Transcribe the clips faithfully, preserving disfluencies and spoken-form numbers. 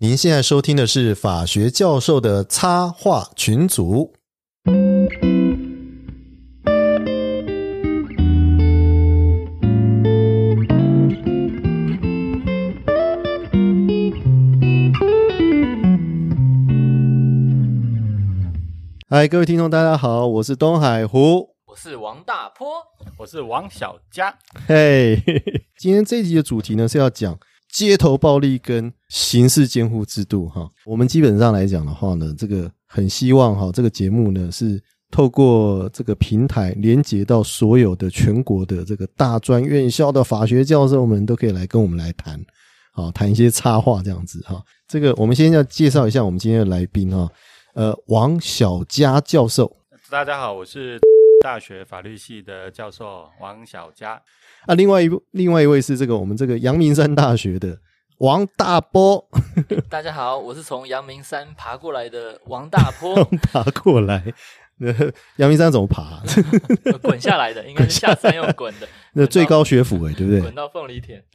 您现在收听的是法学教授的插画群组。嗨，各位听众大家好，我是东海湖， 我是王大坡， 我是王小佳。 嘿、hey, 今天这一集的主题呢是要讲街头暴力跟刑事监护制度哈。我们基本上来讲的话呢，这个很希望哈，这个节目呢是透过这个平台连接到所有的全国的这个大专院校的法学教授们都可以来跟我们来谈，好，谈一些插话这样子哈。这个我们先要介绍一下我们今天的来宾哈，呃，王小佳教授。 大家好，我是大学法律系的教授王小佳。 啊，另外一另外一位是这个我们这个阳明山大学的王大波。 大家好，我是从阳明山爬过来的王大坡。 爬过来，阳明山怎么爬、啊？ 滚下来的，应该是下山用滚的。 那最高学府哎、欸，对不对？ 滚到凤梨田。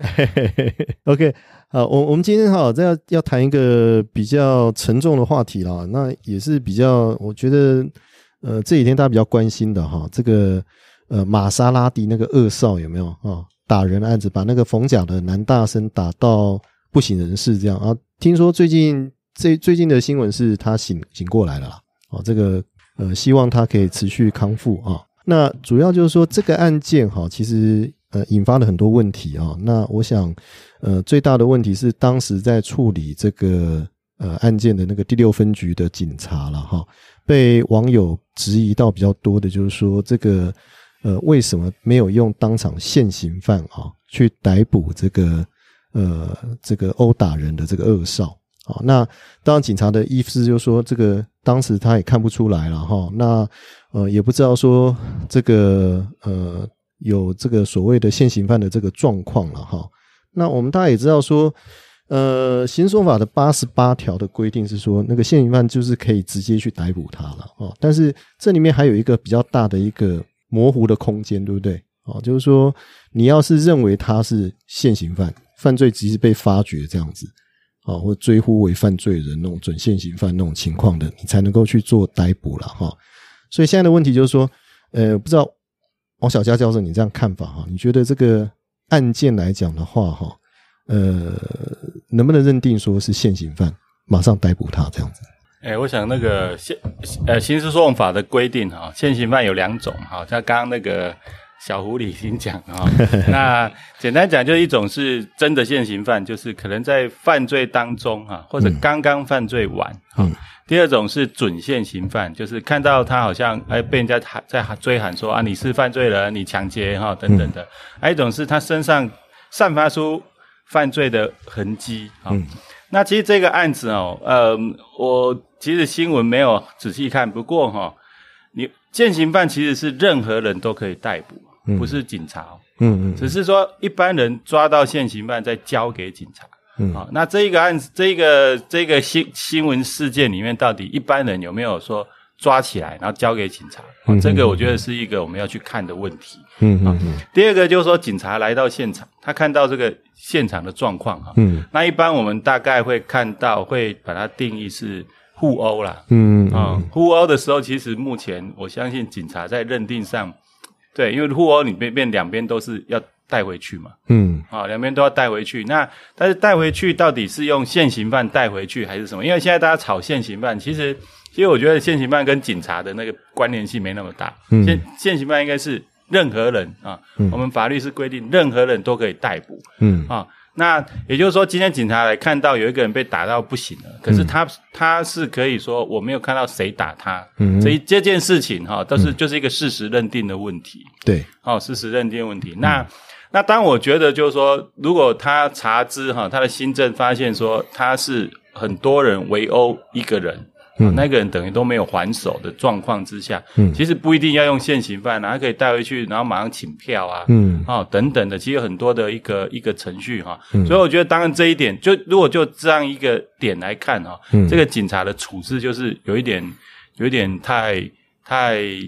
OK， 好，我我们今天好，这要要谈一个比较沉重的话题啦。那也是比较，我觉得呃这几天大家比较关心的哈，这个。呃，玛莎拉蒂那个恶少有没有啊、哦？打人案子，把那个逢甲的男大生打到不省人事，这样啊？听说最近最最近的新闻是他醒醒过来了啦。哦，这个呃，希望他可以持续康复啊。那主要就是说这个案件哈，其实呃引发了很多问题啊。那我想呃最大的问题是当时在处理这个呃案件的那个第六分局的警察了哈，被网友质疑到比较多的就是说这个。呃，为什么没有用当场现行犯啊去逮捕这个呃这个殴打人的这个恶少啊？那当然，警察的意思就是说，这个当时他也看不出来了哈。那呃也不知道说这个呃有这个所谓的现行犯的这个状况了哈。那我们大家也知道说，呃，刑诉法的八十八条的规定是说，那个现行犯就是可以直接去逮捕他了哦。但是这里面还有一个比较大的一个。模糊的空间，对不对？哦，就是说，你要是认为他是现行犯，犯罪即是被发觉这样子，哦，或追呼为犯罪人那种准现行犯那种情况的，你才能够去做逮捕了哈。所以现在的问题就是说，呃，不知道王小佳教授你这样看法哈？你觉得这个案件来讲的话哈，呃，能不能认定说是现行犯，马上逮捕他这样子？ 哎、欸，我想那个现呃刑事诉讼法的规定哈，现行犯有两种哈，像刚刚那个小狐狸已经讲哈，那简单讲就是一种是真的现行犯，就是可能在犯罪当中哈，或者刚刚犯罪完哈、嗯。第二种是准现行犯，就是看到他好像哎被人家在追喊说啊你是犯罪人，你抢劫哈等等的。还有一种是他身上散发出犯罪的痕迹哈。嗯那其实这个案子哦，呃，我其实新闻没有仔细看，不过哈、哦，你现行犯其实是任何人都可以逮捕，嗯、不是警察、哦，嗯嗯，只是说一般人抓到现行犯再交给警察，嗯，好、哦，那这一个案子，这一个这个新新闻事件里面，到底一般人有没有说抓起来然后交给警察？哦、嗯，这个我觉得是一个我们要去看的问题，嗯嗯嗯。第二个就是说，警察来到现场，他看到这个。现场的状况哈，嗯，那一般我们大概会看到，会把它定义是互殴啦，嗯啊、嗯，互殴的时候，其实目前我相信警察在认定上，对，因为互殴你变变两边都是要带回去嘛，嗯，啊，两边都要带回去，那但是带回去到底是用现行犯带回去还是什么？因为现在大家吵现行犯，其实其实我觉得现行犯跟警察的那个关联性没那么大，嗯，现现行犯应该是。任何人啊、嗯，我们法律是规定任何人都可以逮捕，嗯啊，那也就是说，今天警察来看到有一个人被打到不行了，可是他、嗯、他是可以说我没有看到谁打他，嗯，这这件事情哈、啊，都是、嗯、就是一个事实认定的问题， 对， 哦，事实认定的问题。嗯、那那当我觉得就是说，如果他查知哈、啊，他的心证发现说他是很多人围殴一个人。嗯、那个人等于都没有还手的状况之下，嗯，其实不一定要用现行犯啊，他可以带回去，然后马上请票啊，嗯，哦等等的，其实有很多的一个一个程序哈、嗯，所以我觉得当然这一点，就如果就这样一个点来看哈，嗯，这个警察的处置就是有一点有一点太太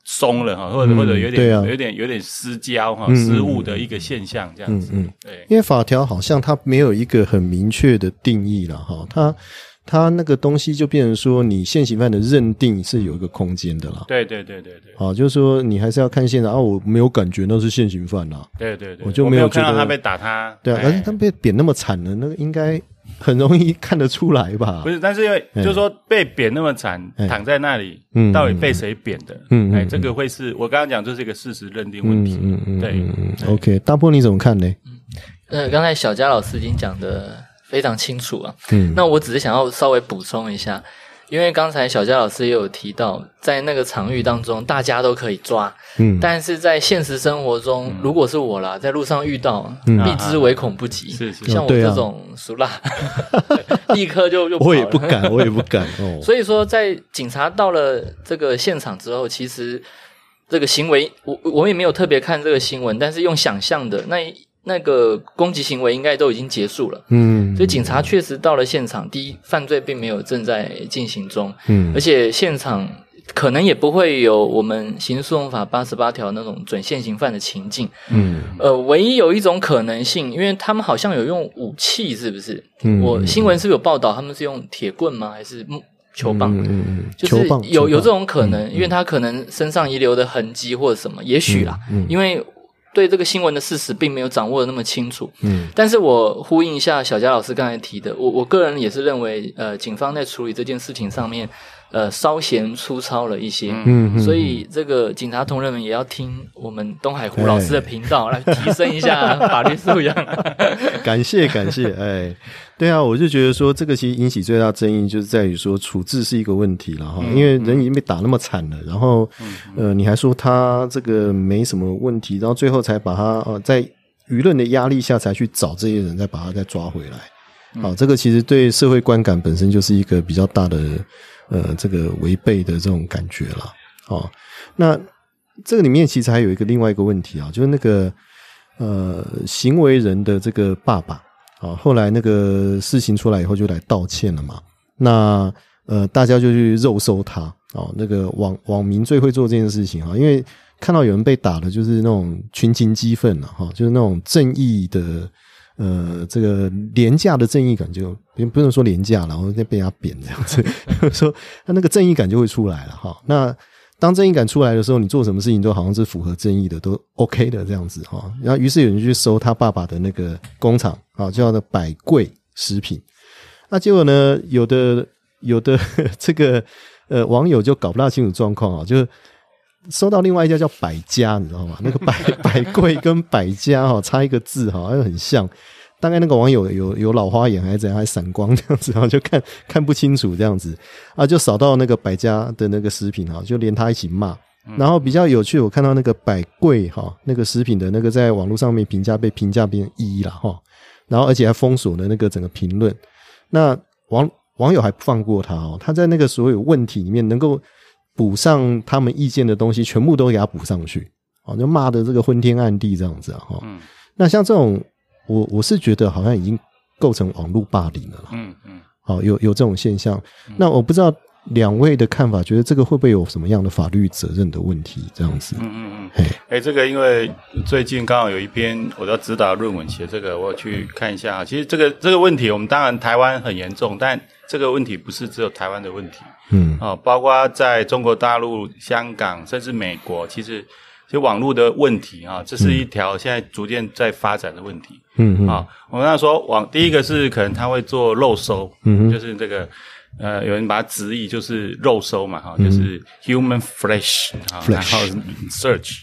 松了哈，或者、嗯、或者有点、啊、有点有点失焦哈、 嗯、 失误的一个现象这样子。 嗯嗯， 对， 因为法条好像它没有一个很明确的定义啦哈，它它那个东西就变成说你现行犯的认定是有一个空间的啦。 对对对对对， 好，就是说你还是要看现场啊，我没有感觉那是现行犯啦。 对对对， 我就没有觉得我没有看到他被打他。 对啊，而且他被扁那么惨了，那个应该很容易看得出来吧？ 不是，但是因为就是说被扁那么惨，躺在那里， 嗯， 到底被谁扁的？嗯，哎，这个会是我刚刚讲，这是一个事实认定问题。 嗯嗯， 对。 嗯 OK， 大波你怎么看呢？ 呃，刚才小佳老师已经讲的非常清楚啊。嗯，那我只是想要稍微补充一下。因为刚才小佳老师也有提到，在那个场域当中大家都可以抓，嗯，但是在现实生活中，嗯、如果是我啦，在路上遇到，嗯、避之唯恐不及。是是，像我这种俗辣，啊、立刻就就跑了。 我也不敢，我也不敢哦。 所以说，在警察到了这个现场之后，其实这个行为，我我也没有特别看这个新闻，但是用想象的那。那个攻击行为应该都已经结束了，嗯，所以警察确实到了现场，第一，犯罪并没有正在进行中，嗯，而且现场可能也不会有我们刑事诉讼法八十八条那种准现行犯的情境，嗯，呃，唯一有一种可能性，因为他们好像有用武器，是不是？嗯，我新闻是不是有报道他们是用铁棍吗？还是球棒？嗯嗯嗯，就是有有这种可能，因为他可能身上遗留的痕迹或者什么，也许啦，嗯，因为。对这个新闻的事实并没有掌握的那么清楚，嗯，但是我呼应一下小佳老师刚才提的，我我个人也是认为，呃，警方在处理这件事情上面，呃，稍嫌粗糙了一些，嗯，所以这个警察同仁们也要听我们东海湖老师的频道，来提升一下法律素养。 感谢感谢，哎，对啊，我就觉得说这个其实引起最大争议就是在于说处置是一个问题了哈，嗯、因为人已经被打那么惨了，然后、嗯、呃你还说他这个没什么问题，然后最后才把他呃在舆论的压力下才去找这些人，再把他再抓回来。好、嗯，这个其实对社会观感本身就是一个比较大的呃这个违背的这种感觉啦。好，那这个里面其实还有一个另外一个问题啊，就是那个呃行为人的这个爸爸。啊，后来那个事情出来以后就来道歉了嘛，那呃大家就去肉搜他哦，那个网网民最会做这件事情啊，因为看到有人被打的就是那种群情激愤了哈，就是那种正义的呃这个廉价的正义感就不能说廉价，然后再被人家扁这样子，说他那个正义感就会出来了哈。那当正义感出来的时候，你做什么事情都好像是符合正义的，都 OK 的这样子哈。然后于是有人去搜他爸爸的那个工厂啊，叫做百贵食品。那结果呢，有的有的这个呃网友就搞不大清楚状况啊，就搜到另外一家叫百家，你知道吗？那个百百贵跟百家哈差一个字哈，又很像。大概那个网友有有老花眼还是怎样，还闪光这样子，然后就看看不清楚这样子啊，就扫到那个百家的那个食品哈，就连他一起骂。然后比较有趣，我看到那个百贵哈那个食品的那个在网络上面评价被评价变一啦哈，然后而且还封锁了那个整个评论。那网网友还不放过他哦，他在那个所有问题里面能够补上他们意见的东西，全部都给他补上去，哦，就骂的这个昏天暗地这样子啊哈。那像这种。我我是觉得好像已经构成网络霸凌了啦，嗯嗯，好、哦、有有这种现象，嗯、那我不知道两位的看法，觉得这个会不会有什么样的法律责任的问题？这样子，嗯嗯嗯，哎、 欸，这个因为最近刚好有一篇我的指导论文写这个，我有去看一下。其实这个这个问题，我们当然台湾很严重，但这个问题不是只有台湾的问题，嗯啊、哦，包括在中国大陆、香港甚至美国，其实。就网络的问题啊，这是一条现在逐渐在发展的问题。嗯啊，我们刚才说网，第一个是可能他会做肉搜，嗯，就是这个呃，有人把它直译就是肉搜嘛，哈、嗯，就是 human flesh 啊，然后 search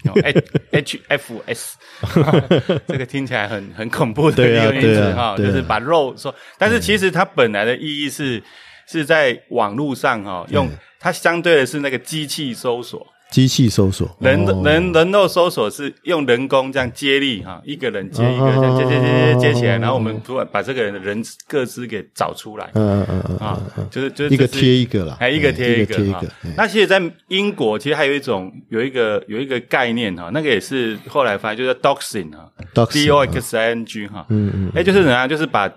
H F S， 这个听起来很很恐怖的一个名字哈，就是把肉搜，但是其实它本来的意义是是在网络上哈，用它相对的是那个机器搜索。 机器搜索， 人、哦、人人肉搜索是用人工这样接力哈，一个人接一个，这样接接接接接起来，然后我们突然把这个人的人各自给找出来，嗯嗯嗯啊，就是就是一个贴一个啦， 还一个贴一个， 一个贴一个。 那其实，在英国其实还有一种有一个有一个概念哈，那个也是后来发现，就是 doxing 啊 ，D O X I N G 哈，嗯嗯，哎，就是怎样，就是把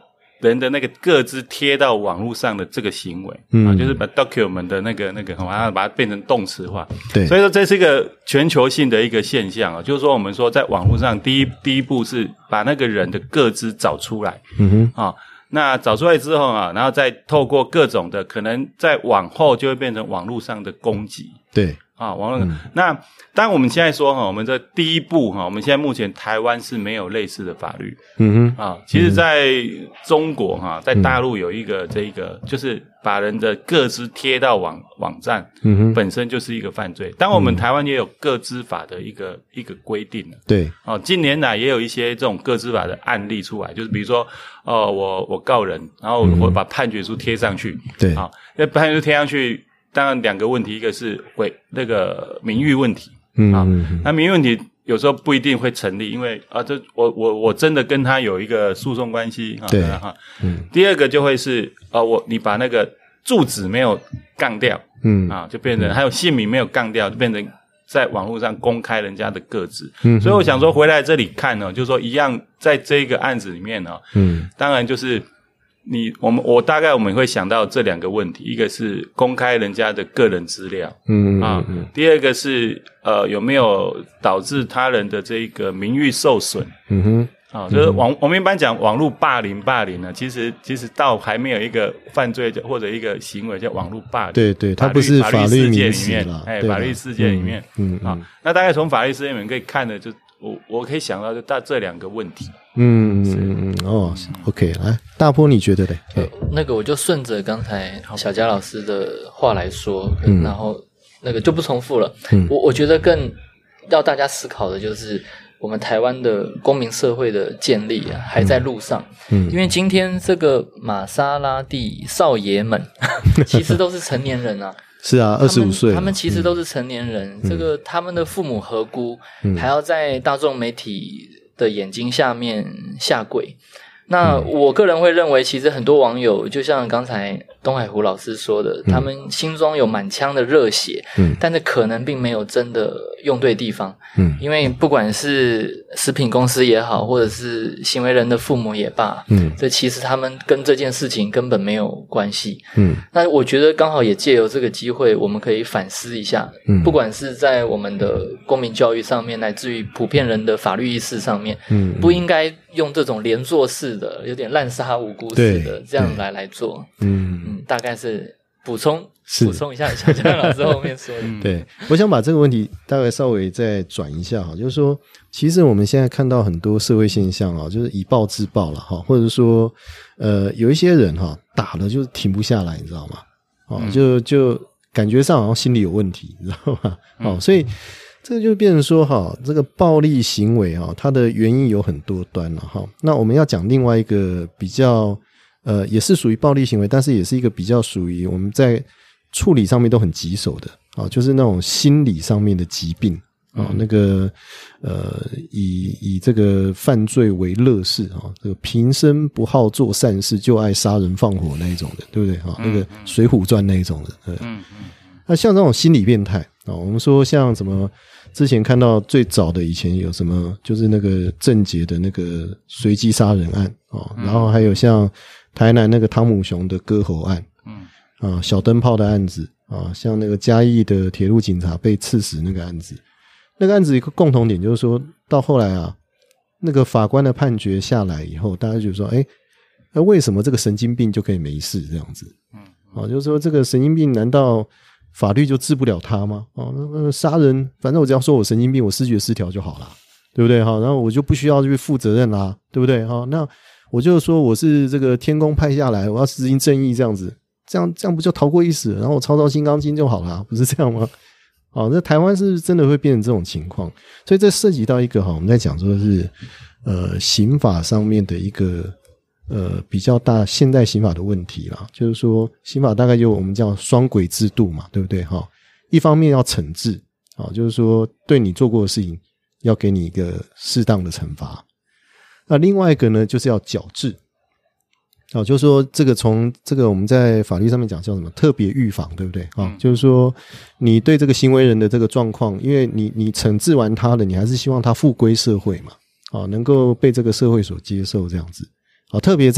人的那个个资贴到网络上的这个行为，嗯，啊，就是把 document 的那个那个，然后把它变成动词化。 对， 所以说这是一个全球性的一个现象啊，就是说我们说在网络上第一第一步是把那个人的个资找出来，嗯哼，啊，那找出来之后啊，然后再透过各种的可能在往后就会变成网络上的攻击。 对。 啊，网络、嗯、那当然我们现在说哈，我们这第一步哈，我们现在目前台湾是没有类似的法律，嗯哼，啊，其实在中国哈，在大陆有一个这一个，就是把人的个资贴到网网站，嗯哼，本身就是一个犯罪。当然我们台湾也有个资法的一个、嗯、一个规定了， 对， 哦、啊，近年来也有一些这种个资法的案例出来，就是比如说，哦、呃，我我告人，然后我把判决书贴上去，嗯、对，啊，那判决书贴上去。当然两个问题，一个是伪那个名誉问题，嗯啊，那名誉问题有时候不一定会成立，因为啊，这我我我真的跟他有一个诉讼关系， 对哈，嗯。第二个就会是啊，我你把那个住址没有杠掉，嗯啊，就变成、嗯、还有姓名没有杠掉，就变成在网络上公开人家的个资，嗯。所以我想说回来这里看呢，就是说一样在这个案子里面呢，嗯，当然就是。你我们我大概我们会想到这两个问题，一个是公开人家的个人资料，嗯啊，嗯第二个是呃有没有导致他人的这个名誉受损，嗯哼，啊，就是网、嗯、我们一般讲网络霸凌，霸凌呢，其实其实到还没有一个犯罪或者一个行为叫网络霸凌， 对对，它不是法律事件里面， 哎，法律事件里面，嗯嗯啊，那大概从法律事件里面可以看的就。我我可以想到就大这两个问题， 嗯嗯嗯哦 ，OK， 来大波你觉得嘞？ 呃，那个我就顺着刚才小嘉老师的话来说，嗯、然后那个就不重复了。嗯、我我觉得更要大家思考的就是我们台湾的公民社会的建立啊，还在路上。嗯，因为今天这个玛莎拉蒂少爷们其实都是成年人啊。 是啊，二十五岁， 他们其实都是成年人。嗯、这个他们的父母何辜、嗯、还要在大众媒体的眼睛下面下跪？那我个人会认为，其实很多网友就像刚才东海湖老师说的，嗯、他们心中有满腔的热血，嗯，但是可能并没有真的用对地方，嗯，因为不管是食品公司也好，或者是行为人的父母也罢，嗯，这其实他们跟这件事情根本没有关系，嗯，那我觉得刚好也借由这个机会，我们可以反思一下，嗯，不管是在我们的公民教育上面，乃至于普遍人的法律意识上面，嗯，不应该用这种连坐式的有点滥杀无辜似的这样来来做，嗯嗯，大概是补充补充一下小江老师后面说的。 对，我想把这个问题大概稍微再转一下哈，就是说，其实我们现在看到很多社会现象啊，就是以暴制暴了哈，或者说呃有一些人哈打了就是停不下来，你知道吗？哦，嗯、就就感觉上好像心里有问题，你知道吗？嗯、哦，所以。这个就变成说哈，这个暴力行为哈，它的原因有很多端了哈。那我们要讲另外一个比较呃，也是属于暴力行为，但是也是一个比较属于我们在处理上面都很棘手的啊，就是那种心理上面的疾病啊，那个呃，以以这个犯罪为乐事啊，这个平生不好做善事，就爱杀人放火那一种的，对不对啊？那个《水浒传》那一种的，对。嗯嗯。那像这种心理变态啊，我们说像什么之前看到最早的以前有什么，就是那个郑捷的那个随机杀人案啊，然后还有像台南那个汤姆熊的割喉案，嗯啊，小灯泡的案子啊，像那个嘉义的铁路警察被刺死那个案子，那个案子一个共同点就是说到后来啊，那个法官的判决下来以后，大家就说，哎，那为什么这个神经病就可以没事这样子？嗯，啊，就是说这个神经病难道法律就治不了他吗？哦，那个杀人，反正我只要说我神经病，我思觉失调就好啦，对不对？哈，然后我就不需要去负责任啦，对不对？哈，那我就说我是这个天公派下来，我要执行正义这样子，这样这样不就逃过一死了？然后我抄抄《心刚经》就好啦，不是这样吗？哦，那台湾是真的会变成这种情况，所以这涉及到一个哈，我们在讲说是呃刑法上面的一个。呃，比较大现代刑法的问题啦，就是说刑法大概就我们叫双轨制度嘛，对不对哈？一方面要惩治啊，就是说对你做过的事情要给你一个适当的惩罚。那另外一个呢，就是要矫治啊，就是说这个从这个我们在法律上面讲叫什么特别预防，对不对啊？嗯、就是说你对这个行为人的这个状况，因为你你惩治完他了，你还是希望他复归社会嘛，啊，能够被这个社会所接受这样子。啊，特别在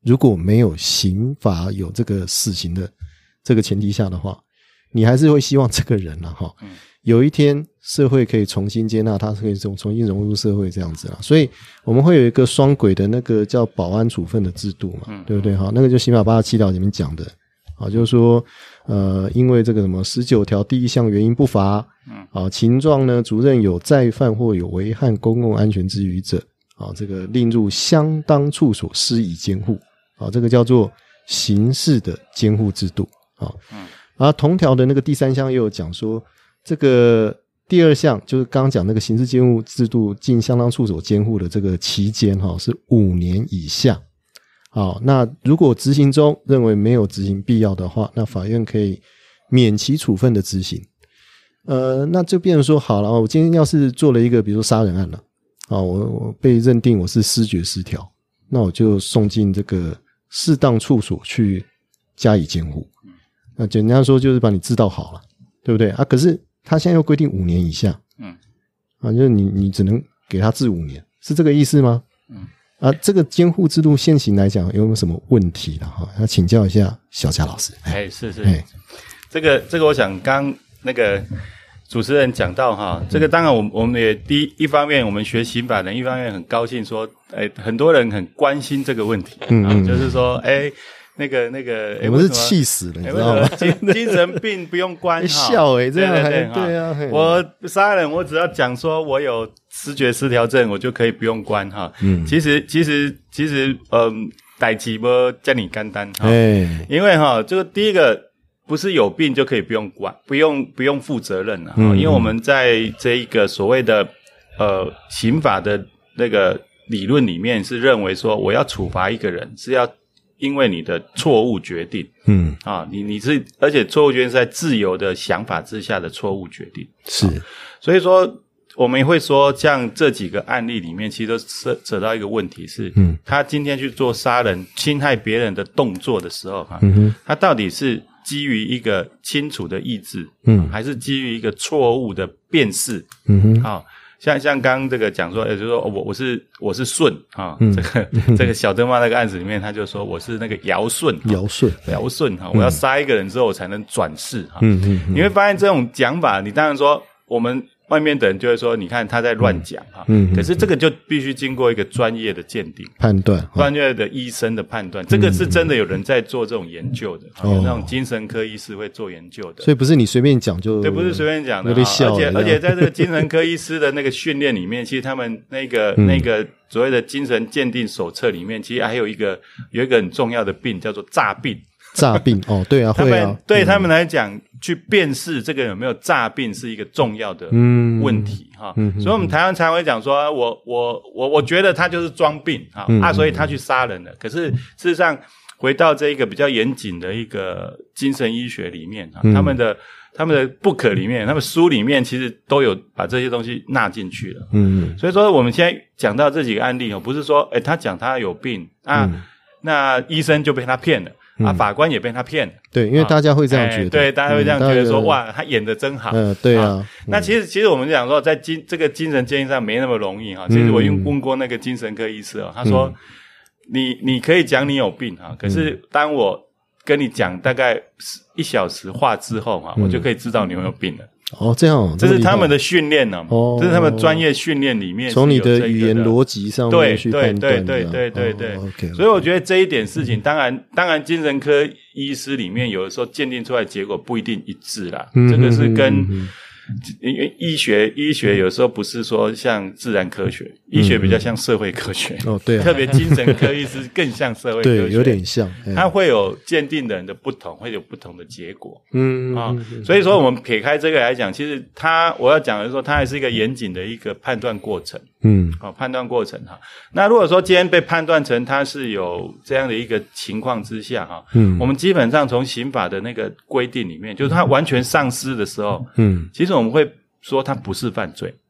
如果没有刑法有这个死刑的这个前提下的话，你还是会希望这个人啊齁、嗯、有一天社会可以重新接纳他，可以重新融入社会这样子啦。所以我们会有一个双轨的那个叫保安处分的制度嘛，嗯、对不对？哈，那个就刑法八十七条里面讲的啊，就是说呃，因为这个什么十九条第一项原因不罚，嗯，啊，情状呢，主任有再犯或有危害公共安全之余者，啊，这个令入相当处所施以监护，啊，这个叫做刑事的监护制度，啊，嗯，然后同条的那个第三项也有讲说，这个第二项就是刚刚讲那个刑事监护制度进相当处所监护的这个期间，哈，是五年以下。好，那如果执行中认为没有执行必要的话，那法院可以免其处分的执行。呃，那就变成说，好了，我今天要是做了一个比如说杀人案了，啊，我我被认定我是思觉失调，那我就送进这个适当处所去加以监护。那简单说就是把你治到好了，对不对啊？可是他现在又规定五年以下，嗯，啊，就是你你只能给他治五年，是这个意思吗？嗯。啊，这个监护制度现行来讲有没有什么问题了哈？要请教一下小嘉老师。 哎，是是，哎，这个这个，我想刚那个主持人讲到哈，这个当然我们我们也第一一方面我们学刑法的，一方面很高兴说，哎，很多人很关心这个问题，嗯嗯，就是说，哎。那个那个， 我们是气死了，你知道吗？ 精精神病不用关， 笑诶、欸，这样还对对对啊。 我杀人，我只要讲说我有思觉失调症，我就可以不用关哈。嗯，其实其实其实，嗯，代志无这么简单哈。哎，因为哈，这个第一个不是有病就可以不用管，不用不用负责任啊。嗯，因为我们在这一个所谓的呃刑法的那个理论里面是认为说，我要处罚一个人是要。因为你的错误决定，嗯，啊，你你是，而且错误决定是在自由的想法之下的错误决定， 是， 啊、所以说我们会说，像这几个案例里面，其实都扯扯到一个问题是，嗯，他今天去做杀人、侵害别人的动作的时候，哈、啊，嗯哼，他到底是基于一个清楚的意志，嗯，还是基于一个错误的辨识，嗯哼，啊。像像刚刚这个讲说，也就是说我我是我是舜啊，嗯、这个、嗯、这个小灯泡那个案子里面，他就说我是那个尧舜， 尧舜尧舜哈，我要杀一个人之后我才能转世哈。嗯嗯，你会发现这种讲法，你当然说我们外面的人就会说，你看他在乱讲哈。嗯，可是这个就必须经过一个专业的鉴定判断， 专业的医生的判断，这个是真的有人在做这种研究的，嗯、有那种精神科医师会做研究的， 所以不是你随便讲就对，不是随便讲的， 有点笑。 而且而且在这个精神科医师的那个训练里面，其实他们那个、嗯、那个所谓的精神鉴定手册里面，其实还有一个有一个很重要的病叫做诈病。 诈病哦，对啊，会啊。 他们对他们来讲，嗯、去辨识这个人有没有诈病是一个重要的问题哈、嗯。所以，我们台湾常会讲说，我我我我觉得他就是装病啊、嗯、啊，所以他去杀人了。可是事实上，回到这一个比较严谨的一个精神医学里面啊，嗯、他们的他们的 book 里面，他们书里面其实都有把这些东西纳进去了。嗯，所以说我们现在讲到这几个案例哦，不是说诶他讲他有病啊、嗯，那医生就被他骗了。啊，法官也被他骗了。 对，因为大家会这样觉得。 啊、对，大家会这样觉得说，嗯、哇，他演得真好。 嗯，对啊。 啊嗯、那其实，其实我们讲说，在精这个精神鉴定上没那么容易哈。其实我用问过那个精神科医师哦，他说，嗯、你你可以讲你有病哈，可是当我跟你讲大概一小时话之后哈，嗯、我就可以知道你有没有病了。 哦，这样、哦， 这是他们的训练呢、啊，哦，这是他们专业训练里面从你的语言逻辑上面去判断的， 对对对对对对。哦、okay, okay. 所以我觉得这一点事情，当然当然，精神科医师里面有的时候鉴定出来的结果不一定一致啦，嗯、这个是跟。嗯嗯因为医学医学有时候不是说像自然科学，嗯、医学比较像社会科学。哦，对、啊，特别精神科医师更像社会科学， 对，有点像。 它会有鉴定的人的不同，会有不同的结果。嗯啊、哦，所以说我们撇开这个来讲，其实它我要讲的是说，它还是一个严谨的一个判断过程。嗯，好、哦，判断过程哈。那如果说今天被判断成它是有这样的一个情况之下哈，嗯，我们基本上从刑法的那个规定里面，就是它完全丧失的时候，嗯，其实我们会说它不是犯罪，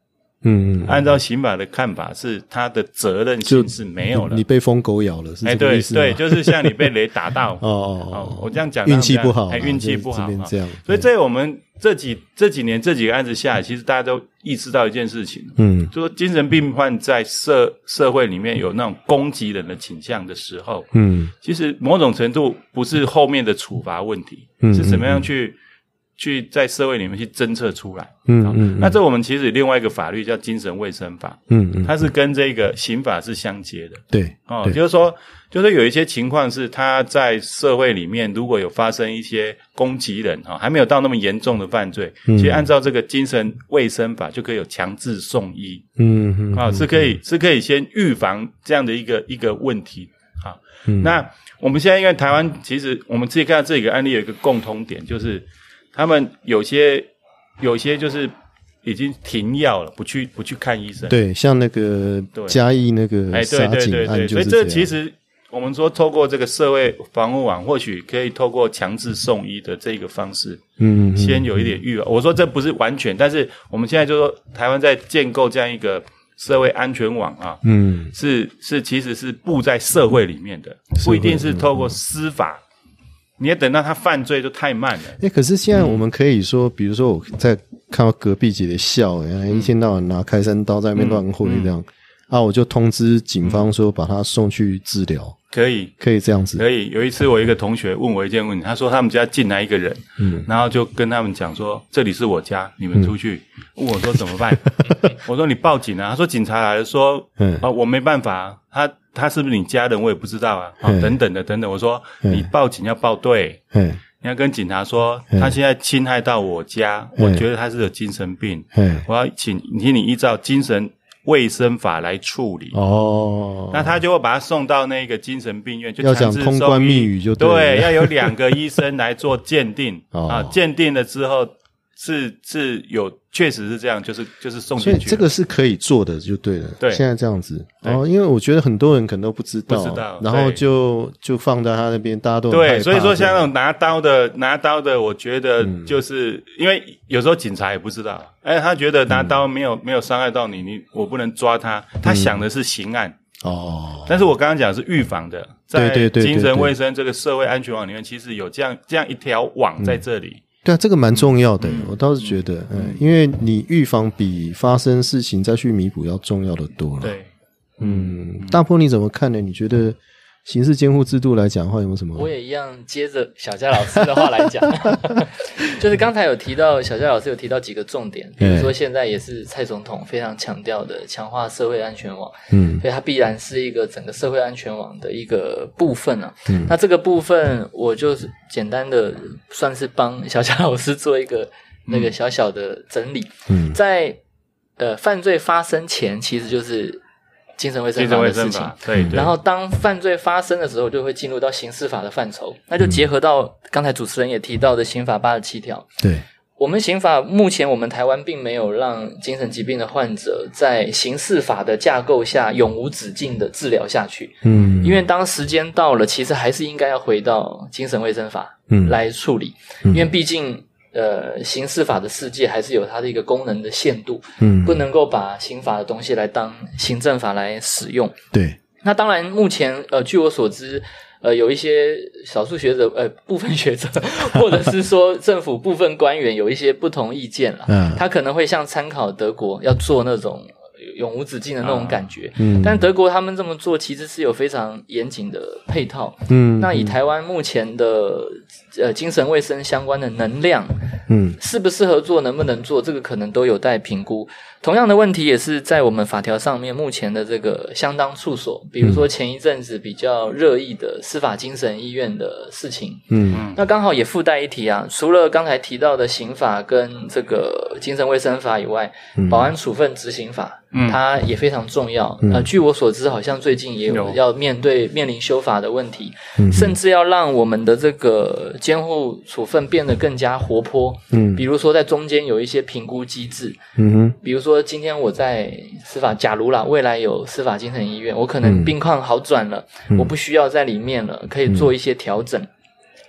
嗯嗯， 按照刑法的看法是他的责任性是没有了。 你被疯狗咬了是这个意思吗？ 哎、对对，就是像你被雷打到哦哦哦，我这样讲运气不好， 哎，运气不好， 这样。 所以在我们这几这几年这几个案子下来，其实大家都意识到一件事情， 嗯， 就说精神病患在社社会里面有那种攻击人的倾向的时候， 嗯， 其实某种程度不是后面的处罚问题， 嗯， 是怎么样去。嗯去在社会里面去侦测出来， 嗯嗯, 嗯， 那这我们其实另外一个法律叫精神卫生法， 嗯嗯， 它是跟这个刑法是相接的， 对， 哦，就是说，就是有一些情况是他在社会里面如果有发生一些攻击人哈、哦，还没有到那么严重的犯罪， 嗯、 其实按照这个精神卫生法就可以有强制送医， 嗯嗯， 啊、哦，是可以是可以先预防这样的一个一个问题，好、 嗯， 那我们现在因为台湾其实我们自己看到这个案例有一个共通点，就是他们有些有些就是已经停药了，不去不去看医生。 对，像那个嘉义那个杀警案就是这样。 所以这其实我们说透过这个社会防护网，或许可以透过强制送医的这个方式， 嗯， 先有一点预防。我说这不是完全，但是我们现在就说台湾在建构这样一个社会安全网啊， 嗯， 是是其实是布在社会里面的，不一定是透过司法。你也等到他犯罪就太慢了。 欸，可是现在我们可以说，比如说我在看到隔壁姐姐笑，欸，一天到晚拿开山刀在那边乱挥这样，嗯嗯，啊，我就通知警方说把他送去治疗。 可以， 可以这样子。 可以。有一次我一个同学问我一件问题，他说他们家进来一个人，嗯，然后就跟他们讲说这里是我家，你们出去。嗯，问我说怎么办？我说你报警啊。他说警察来了说，嗯，啊，我没办法，他他是不是你家人我也不知道啊，啊等等的等等。我说你报警要报对，嗯，你要跟警察说他现在侵害到我家，我觉得他是有精神病，嗯，我要请请你依照精神卫生法来处理哦， 那他就会把他送到那个精神病院，就要讲通关密语就对了， 对，要有两个医生来做鉴定哦， 啊，鉴定了之后是是有确实是这样，就是就是送进去， 所以这个是可以做的就对了。 对， 现在这样子哦，因为我觉得很多人可能都不知道， 不知道， 然后就就放在他那边，大家都很害怕。 对，所以说像那种拿刀的拿刀的，我觉得就是、嗯、因为有时候警察也不知道，哎，他觉得拿刀没有、嗯、没有伤害到你，你我不能抓他，他想的是刑案。 嗯、哦， 但是我刚刚讲的是预防的，在对对对精神卫生这个社会安全网里面，其实有这样这样一条网在这里。嗯， 对啊，这个蛮重要的，嗯，我倒是觉得，嗯，嗯，因为你预防比发生事情再去弥补要重要的多了。 对， 嗯，大波你怎么看呢？你觉得刑事监护制度来讲的话，有没有什么？ 我也一样，接着小佳老师的话来讲，就是刚才有提到，小佳老师有提到几个重点，比如说现在也是蔡总统非常强调的强化社会安全网，嗯，所以它必然是一个整个社会安全网的一个部分啊。嗯，那这个部分我就是简单的算是帮小佳老师做一个那个小小的整理。嗯，在呃犯罪发生前，其实就是精神卫生法的事情， 对对。 然后当犯罪发生的时候，就会进入到刑事法的范畴，那就结合到刚才主持人也提到的刑法八十七条。 对， 我们刑法目前我们台湾并没有让精神疾病的患者在刑事法的架构下永无止境的治疗下去。嗯，因为当时间到了，其实还是应该要回到精神卫生法来处理，嗯，因为毕竟呃，刑事法的世界还是有它的一个功能的限度，嗯，不能够把刑法的东西来当行政法来使用。 对， 那当然，目前呃，据我所知，呃，有一些少数学者，呃，部分学者，或者是说政府部分官员有一些不同意见啦，嗯，他可能会像参考德国要做那种永无止境的那种感觉，嗯，但德国他们这么做其实是有非常严谨的配套，嗯，那以台湾目前的呃精神卫生相关的能量，嗯，适不适合做，能不能做，这个可能都有待评估。同样的问题也是在我们法条上面目前的这个相当处所，比如说前一阵子比较热议的司法精神医院的事情，嗯，那刚好也附带一提啊，除了刚才提到的刑法跟这个精神卫生法以外，嗯，保安处分执行法，嗯，它也非常重要。嗯，呃，据我所知，好像最近也有要面对面临修法的问题，嗯，甚至要让我们的这个监护处分变得更加活泼。嗯，比如说在中间有一些评估机制，嗯哼，比如说今天我在司法，假如啦，未来有司法精神医院，我可能病况好转了，嗯，我不需要在里面了，可以做一些调整。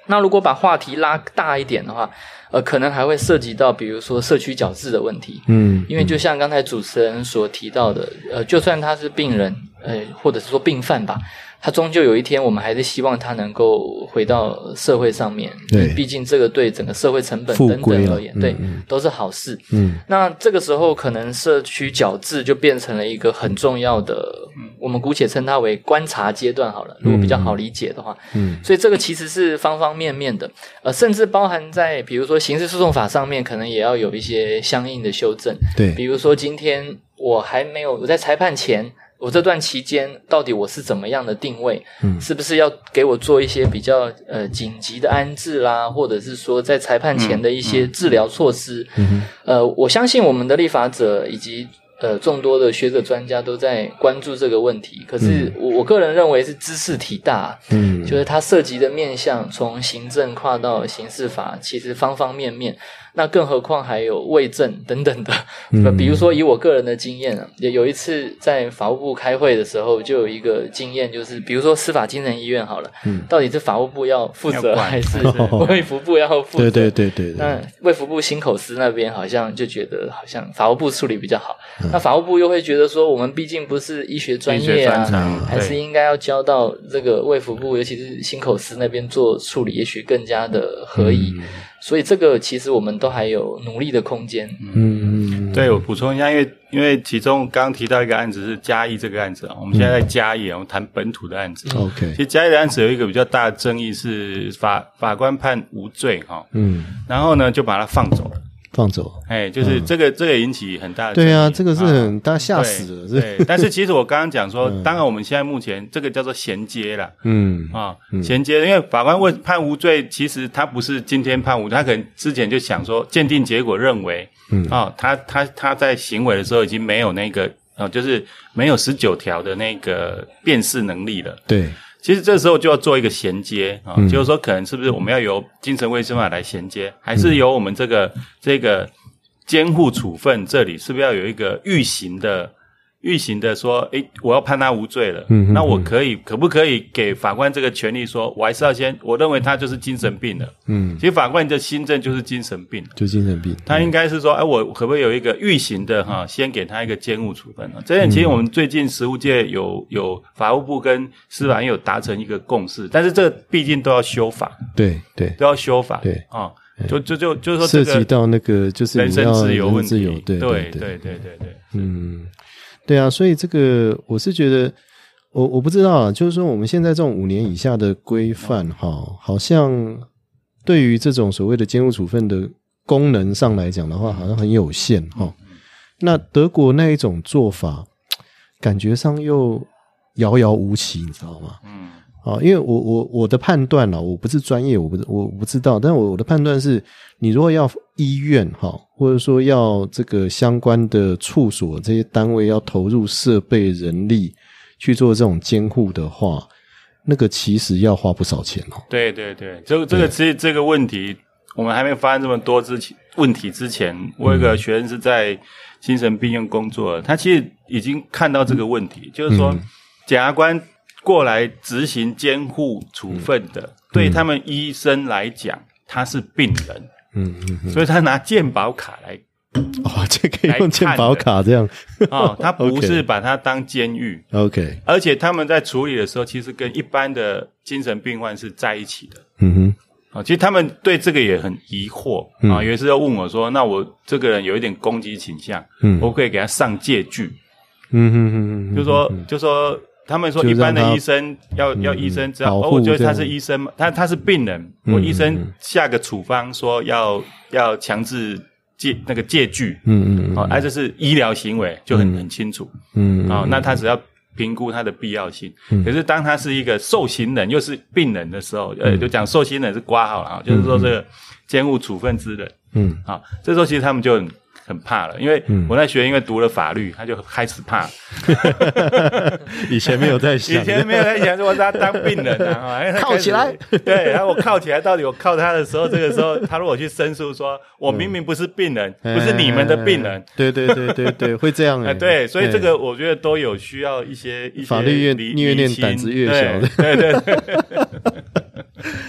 那如果把话题拉大一点的话，呃，可能还会涉及到比如说社区矫治的问题。嗯，因为就像刚才主持人所提到的，呃，就算他是病人，呃，或者是说病犯吧，他终究有一天我们还是希望他能够回到社会上面。对，毕竟这个对整个社会成本等等而言，对、嗯、都是好事。嗯，那这个时候可能社区矫治就变成了一个很重要的，我们姑且称它为观察阶段好了，如果比较好理解的话。嗯，所以这个其实是方方面面的，呃，甚至包含在比如说刑事诉讼法上面，可能也要有一些相应的修正。对，比如说今天我还没有我在裁判前，我这段期间到底我是怎么样的定位？嗯，是不是要给我做一些比较呃紧急的安置啦，或者是说在裁判前的一些治疗措施？嗯，呃，我相信我们的立法者以及呃众多的学者专家都在关注这个问题。可是我我个人认为是知识体大，嗯，就是它涉及的面向从行政跨到刑事法，其实方方面面。那更何况还有卫政等等的，嗯、比如说以我个人的经验啊，有一次在法务部开会的时候，就有一个经验，就是比如说司法精神医院好了，嗯、到底是法务部要负责还是卫福部要负责？对对对 对, 对。那卫福部新口司那边好像就觉得好像法务部处理比较好，嗯、那法务部又会觉得说，我们毕竟不是医学专业啊，还是应该要交到这个卫福部，尤其是新口司那边做处理，也许更加的合宜。嗯，所以这个其实我们都还有努力的空间。 嗯，对，我补充一下，因为因为其中刚刚提到一个案子是嘉义这个案子啊，我们现在在嘉义，我们谈本土的案子。OK， 其实嘉义的案子有一个比较大的争议是法法官判无罪哈，嗯，然后呢就把他放走了。 放走， 哎，就是这个、嗯、这个引起很大的争议。 对啊，这个是很大吓死了。 对，对但是其实我刚刚讲说，嗯、当然我们现在目前这个叫做衔接啦，嗯啊，衔接，因为法官问判无罪，其实他不是今天判无罪，他可能之前就想说，鉴定结果认为，嗯啊，他他他在行为的时候已经没有那个啊，就是没有十九条的那个辨识能力了。对。其实这时候就要做一个衔接啊，嗯、就是说可能是不是我们要由精神卫生法来衔接，还是由我们这个、嗯、这个监护处分这里是不是要有一个预行的预行的说，诶，我要判他无罪了，嗯、那我可以可不可以给法官这个权利说，我还是要先，我认为他就是精神病了。嗯，其实法官的心证就是精神病， 就精神病， 他应该是说，哎，我可不可以有一个预行的哈，先给他一个监护处分呢？这点其实我们最近实务界有有法务部跟司法院有达成一个共识，但是这毕竟都要修法，对对，都要修法，对啊。就就就就是说， 涉及到那个就是人身自由问题， 对对对对对对， 嗯，对啊，所以这个我是觉得，我我不知道啊，就是说我们现在这种五年以下的规范哈，好像对于这种所谓的监护处分的功能上来讲的话，好像很有限哈。那德国那一种做法，感觉上又遥遥无期，你知道吗？嗯。啊，因为我我我的判断啦，我不是专业，我不我不知道，但是我我的判断是，你如果要医院哈，或者说要这个相关的处所这些单位要投入设备人力去做这种监护的话，那个其实要花不少钱哦。 对对对，这个这个其实这个问题，我们还没发生这么多之前问题之前，我有一个学生是在精神病院工作的，他其实已经看到这个问题，嗯、就是说检察官过来执行监护处分的，嗯、对他们医生来讲，他是病人，嗯嗯嗯，所以他拿健保卡来， 哦，这可以用健保卡这样， 哦，他不是把它当监狱 ，OK， 而且他们在处理的时候，其实跟一般的精神病患是在一起的，嗯哼，啊，其实他们对这个也很疑惑，嗯、啊，有一次要问我说，那我这个人有一点攻击倾向，嗯，我可以给他上戒具，嗯哼哼哼，就说就说。他们说一般的医生要要医生知道，哦，我觉得他是医生嘛，他他是病人，嗯、我医生下个处方说要要强制戒那个戒具，嗯嗯嗯，哦，而、啊、这是医疗行为就很、嗯、很清楚，嗯，哦，那他只要评估它的必要性。嗯、可是当他是一个受刑人又是病人的时候，呃，就讲受刑人是括号了啊，就是说这个监护处分之人，嗯，啊，这时候其实他们就很。很怕了，因为我那学员因为读了法律，他就开始怕。 以前没有在想， 以前没有在想说他当病人啊， 铐起来。 对，然后我铐起来，到底我铐他的时候，这个时候他如果去申诉说，我明明不是病人，嗯、不是你们的病人。 对对对对对，会这样哎、欸。 对，所以这个我觉得都有需要一些一些法律越越练胆子越小的。 对对对。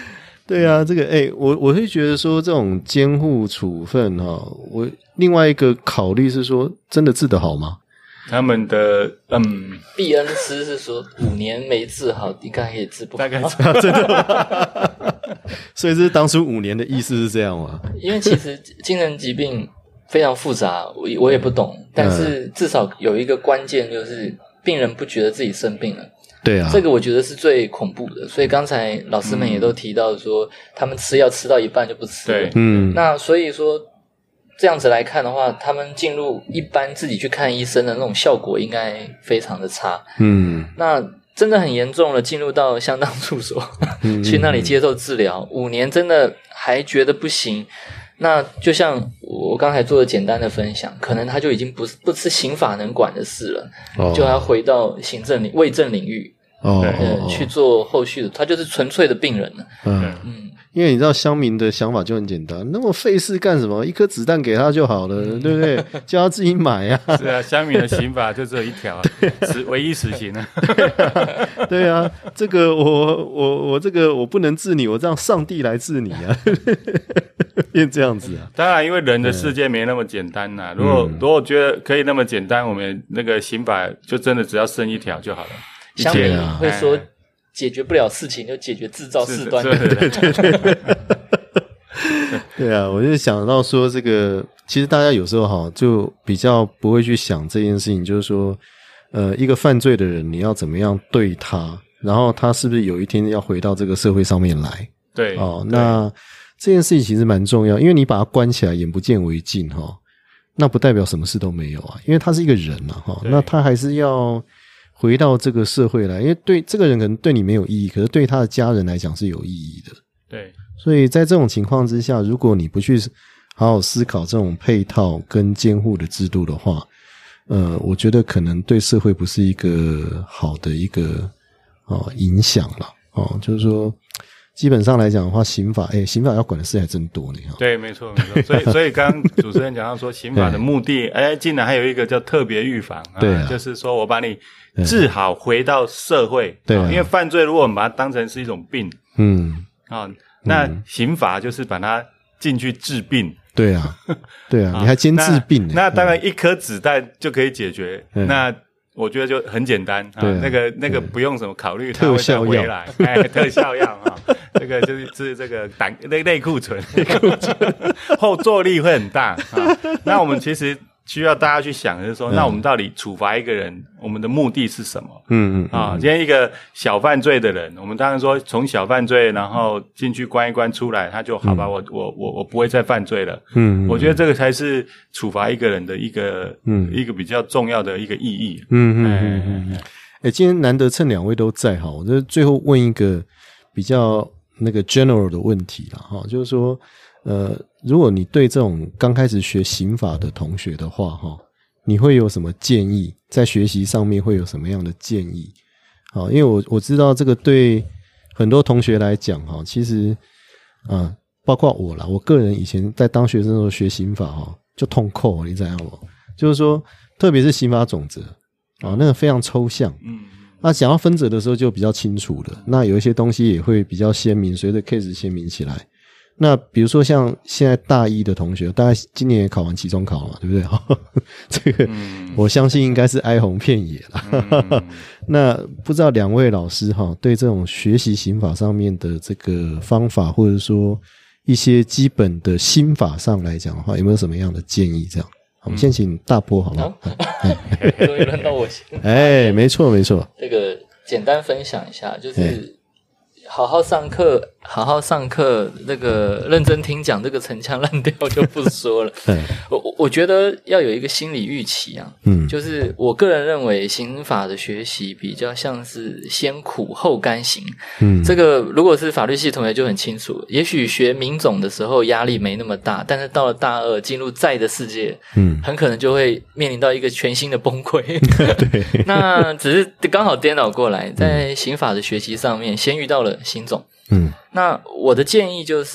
对啊，这个哎、欸，我我会觉得说这种监护处分哈、哦，我另外一个考虑是说，真的治得好吗？ 他们的嗯， 毕恩斯是说五年没治好，应该也治不好。 大概真的吗？所以这是当初五年的意思是这样吗？ 因为其实精神疾病非常复杂，我我也不懂，但是至少有一个关键就是病人不觉得自己生病了。 对啊， 这个我觉得是最恐怖的。所以刚才老师们也都提到说，嗯、他们吃药吃到一半就不吃了。 对， 嗯， 那所以说。这样子来看的话，他们进入一般自己去看医生的那种效果应该非常的差。 嗯， 那真的很严重了，进入到相当处所、嗯、去那里接受治疗，五年真的还觉得不行。那就像我刚才做的简单的分享，可能他就已经不是不是刑法能管的事了，哦、就要回到行政领卫政领域哦、 呃、去做后续的，他就是纯粹的病人了。 嗯嗯。因为你知道乡民的想法就很简单，那么费事干什么？一颗子弹给他就好了，对不对？叫他自己买啊。 是啊，乡民的刑法就只有一条、啊，死唯一死刑啊。 对啊，这个我我我这个我不能治你，我让上帝来治你啊，变这样子啊。 当然，因为人的世界没那么简单呐、啊。如果、嗯、如果觉得可以那么简单，我们那个刑法就真的只要剩一条就好了。 乡民会说。解决不了事情就解决制造事端， 对对对对对啊！我就想到说，这个其实大家有时候哈，就比较不会去想这件事情，就是说，呃，一个犯罪的人，你要怎么样对他，然后他是不是有一天要回到这个社会上面来？ 对哦，那这件事情其实蛮重要，因为你把他关起来，眼不见为净哈，那不代表什么事都没有啊，因为他是一个人啊哈，那他还是要。回到这个社会来，因为对这个人可能对你没有意义，可是对他的家人来讲是有意义的。 对， 所以在这种情况之下，如果你不去好好思考这种配套跟监护的制度的话，呃，我觉得可能对社会不是一个好的一个哦影响了哦，就是说。基本上来讲的话，刑法诶，刑法要管的事还真多呢。 对，没错，没错。所以，所以刚刚主持人讲到说，刑法的目的，诶，竟然还有一个叫特别预防， 对、啊， 就是说我把你治好，回到社会。对、啊，因为犯罪如果我们把它当成是一种病， 嗯， 啊，那刑法就是把它进去治病。 对啊，对啊，你还兼治病呢。 那当然，一颗子弹就可以解决。那我觉得就很简单啊，那个那个不用什么考虑，它会再回来，哎，特效药啊，这个就是是这个胆类类固醇，类固醇后坐力会很大啊。那我们其实需要大家去想，就是说，那我们到底处罚一个人，我们的目的是什么？ 嗯嗯啊，今天一个小犯罪的人，我们当然说从小犯罪，然后进去关一关出来，他就好吧，我我我我不会再犯罪了。嗯，我觉得这个才是处罚一个人的一个嗯一个比较重要的一个意义。 嗯嗯嗯嗯。哎，今天难得趁两位都在哈，我就最后问一个比较那个 general 的问题啦哈，就是说。呃，如果你对这种刚开始学刑法的同学的话，哈，你会有什么建议？在学习上面会有什么样的建议？好，因为我我知道这个对很多同学来讲，哈，其实啊、呃，包括我啦，我个人以前在当学生的时候学刑法，哈，就痛扣，你知道吗？就是说，特别是刑法总则啊，那个非常抽象，嗯，那讲到分则的时候就比较清楚了。那有一些东西也会比较鲜明，随着 case 鲜明起来。那比如说像现在大一的同学，大概今年也考完期中考了嘛，对不对？这个、嗯、我相信应该是哀鸿遍野了。嗯、那不知道两位老师哈，对这种学习刑法上面的这个方法，或者说一些基本的心法上来讲的话，有没有什么样的建议？这样，我们先请大波好吗？ 终于轮到我先。 哎，没错没错。 这个简单分享一下，就是。好好上课，好好上课，那个认真听讲，这个陈腔滥调就不说了。我我觉得要有一个心理预期啊，嗯，就是我个人认为刑法的学习比较像是先苦后甘刑。嗯，这个如果是法律系同学就很清楚，也许学民总的时候压力没那么大，但是到了大二进入债的世界，嗯，很可能就会面临到一个全新的崩溃。 对， 那只是刚好颠倒过来，在刑法的学习上面，先遇到了刑总， 嗯， 那我的建议就是，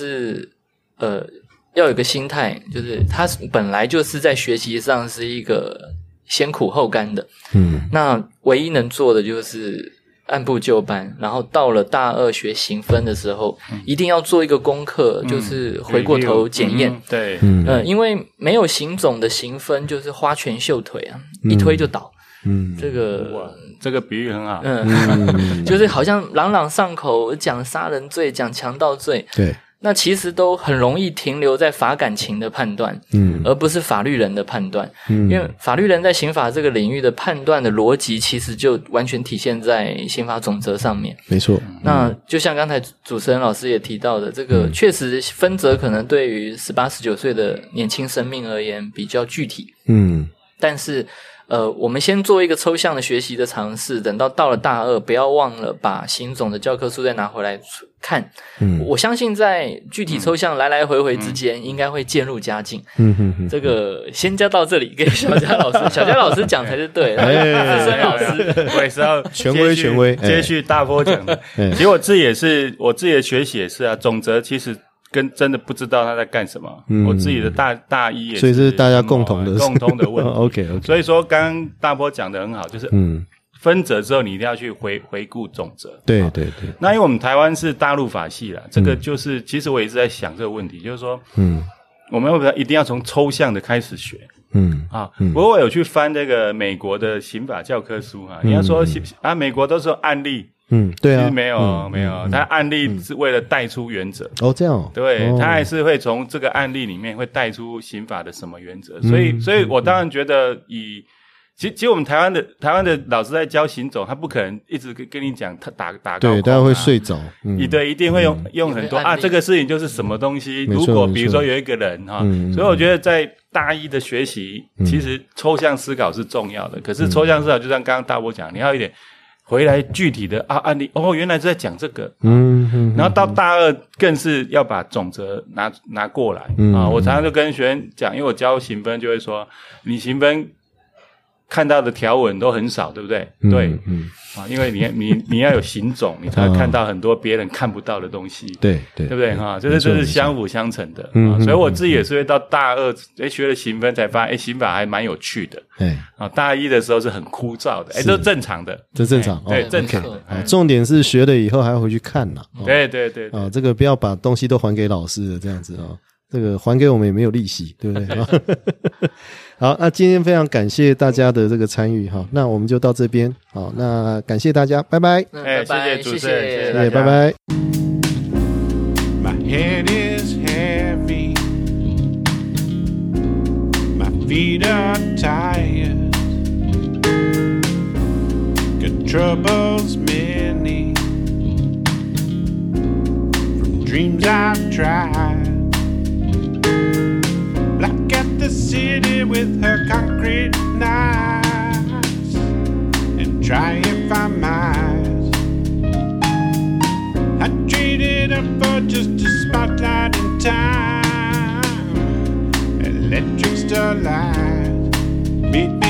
呃，要有个心态，就是他本来就是在学习上是一个先苦后甘的， 嗯， 那唯一能做的就是， 按部就班，然后到了大二学行分的时候，嗯、一定要做一个功课，嗯、就是回过头检验。 嗯、对， 嗯、呃，因为没有行总的行分，就是花拳绣腿啊，嗯、一推就倒。嗯，这个这个比喻很好。 嗯，就是好像朗朗上口，讲杀人罪，讲强盗罪。 对。 那其实都很容易停留在法感情的判断，嗯，而不是法律人的判断，嗯，因为法律人在刑法这个领域的判断的逻辑，其实就完全体现在刑法总则上面。 没错， 那就像刚才主持人老师也提到的，这个确实分则可能对于十八、十九岁的年轻生命而言比较具体，嗯，但是。呃，我们先做一个抽象的学习的尝试，等到到了大二，不要忘了把刑总的教科书再拿回来看。嗯，我相信在具体抽象来来回回之间，嗯、应该会渐入佳境。嗯哼哼，这个先教到这里，给小佳老师，小佳老师讲才是对的。资深老师， 我也是要权威权威接续大波讲的。其实我自己也是，我自己的学习也是啊。总则其实。跟真的不知道他在干什么，嗯、我自己的大大一也是， 所以这是大家共同的共同的问题。 OK OK， 所以说刚刚大波讲得很好，就是嗯，分则之后你一定要去回回顾总则。 对对对。 那因为我们台湾是大陆法系啦，这个就是、嗯、其实我一直在想这个问题，就是说，嗯，我们会不会一定要从抽象的开始学？嗯啊，嗯不过我有去翻这个美国的刑法教科书啊，人家说啊，美国都是案例。 嗯，对啊， 其实没有、 嗯、 没有，嗯、他案例是为了带出原则。 哦，这样哦。 对， 哦、 他还是会从这个案例里面会带出刑法的什么原则。所以，嗯、所以我当然觉得以，其实其实我们台湾的台湾的老师在教刑总，他不可能一直跟跟你讲他打打高空、啊， 对，大家会睡着。嗯， 对，一定会用、嗯、用很多啊，这个事情就是什么东西。如果比如说有一个人哈，嗯、所以我觉得在大一的学习，嗯、其实抽象思考是重要的。可是抽象思考就像刚刚大波讲，你要一点。回来具体的啊案例哦，原来是在讲这个，嗯嗯，然后到大二更是要把总则拿拿过来、嗯、啊。我常常就跟学生讲，因为我教刑分就会说，你刑分看到的条文都很少，对不对？嗯、对，嗯啊，因为你你你要有刑总，你才会看到很多别人看不到的东西， 对对， 对不对哈？就是这是相辅相成的，嗯、啊，所以我自己也是会到大二诶学了刑分才发现，诶刑法还蛮有趣的，哎啊，大一的时候是很枯燥的，诶这是正常的， 这正常， 对正常的。 重点是学了以后还要回去看啦， 对对对啊，这个不要把东西都还给老师的这样子啊。这个还给我们也没有利息，对不对？好，那今天非常感谢大家的这个参与哈，那我们就到这边，好，那感谢大家，拜拜。 嗯、拜拜， 谢谢主持人， 谢谢谢，拜拜。 My head is heavy, my feet are tired, got troubles many from dreams I've tried.Black at the city with her concrete knives and try if I might. I traded her for just a spotlight in time, electric starlight. Meet me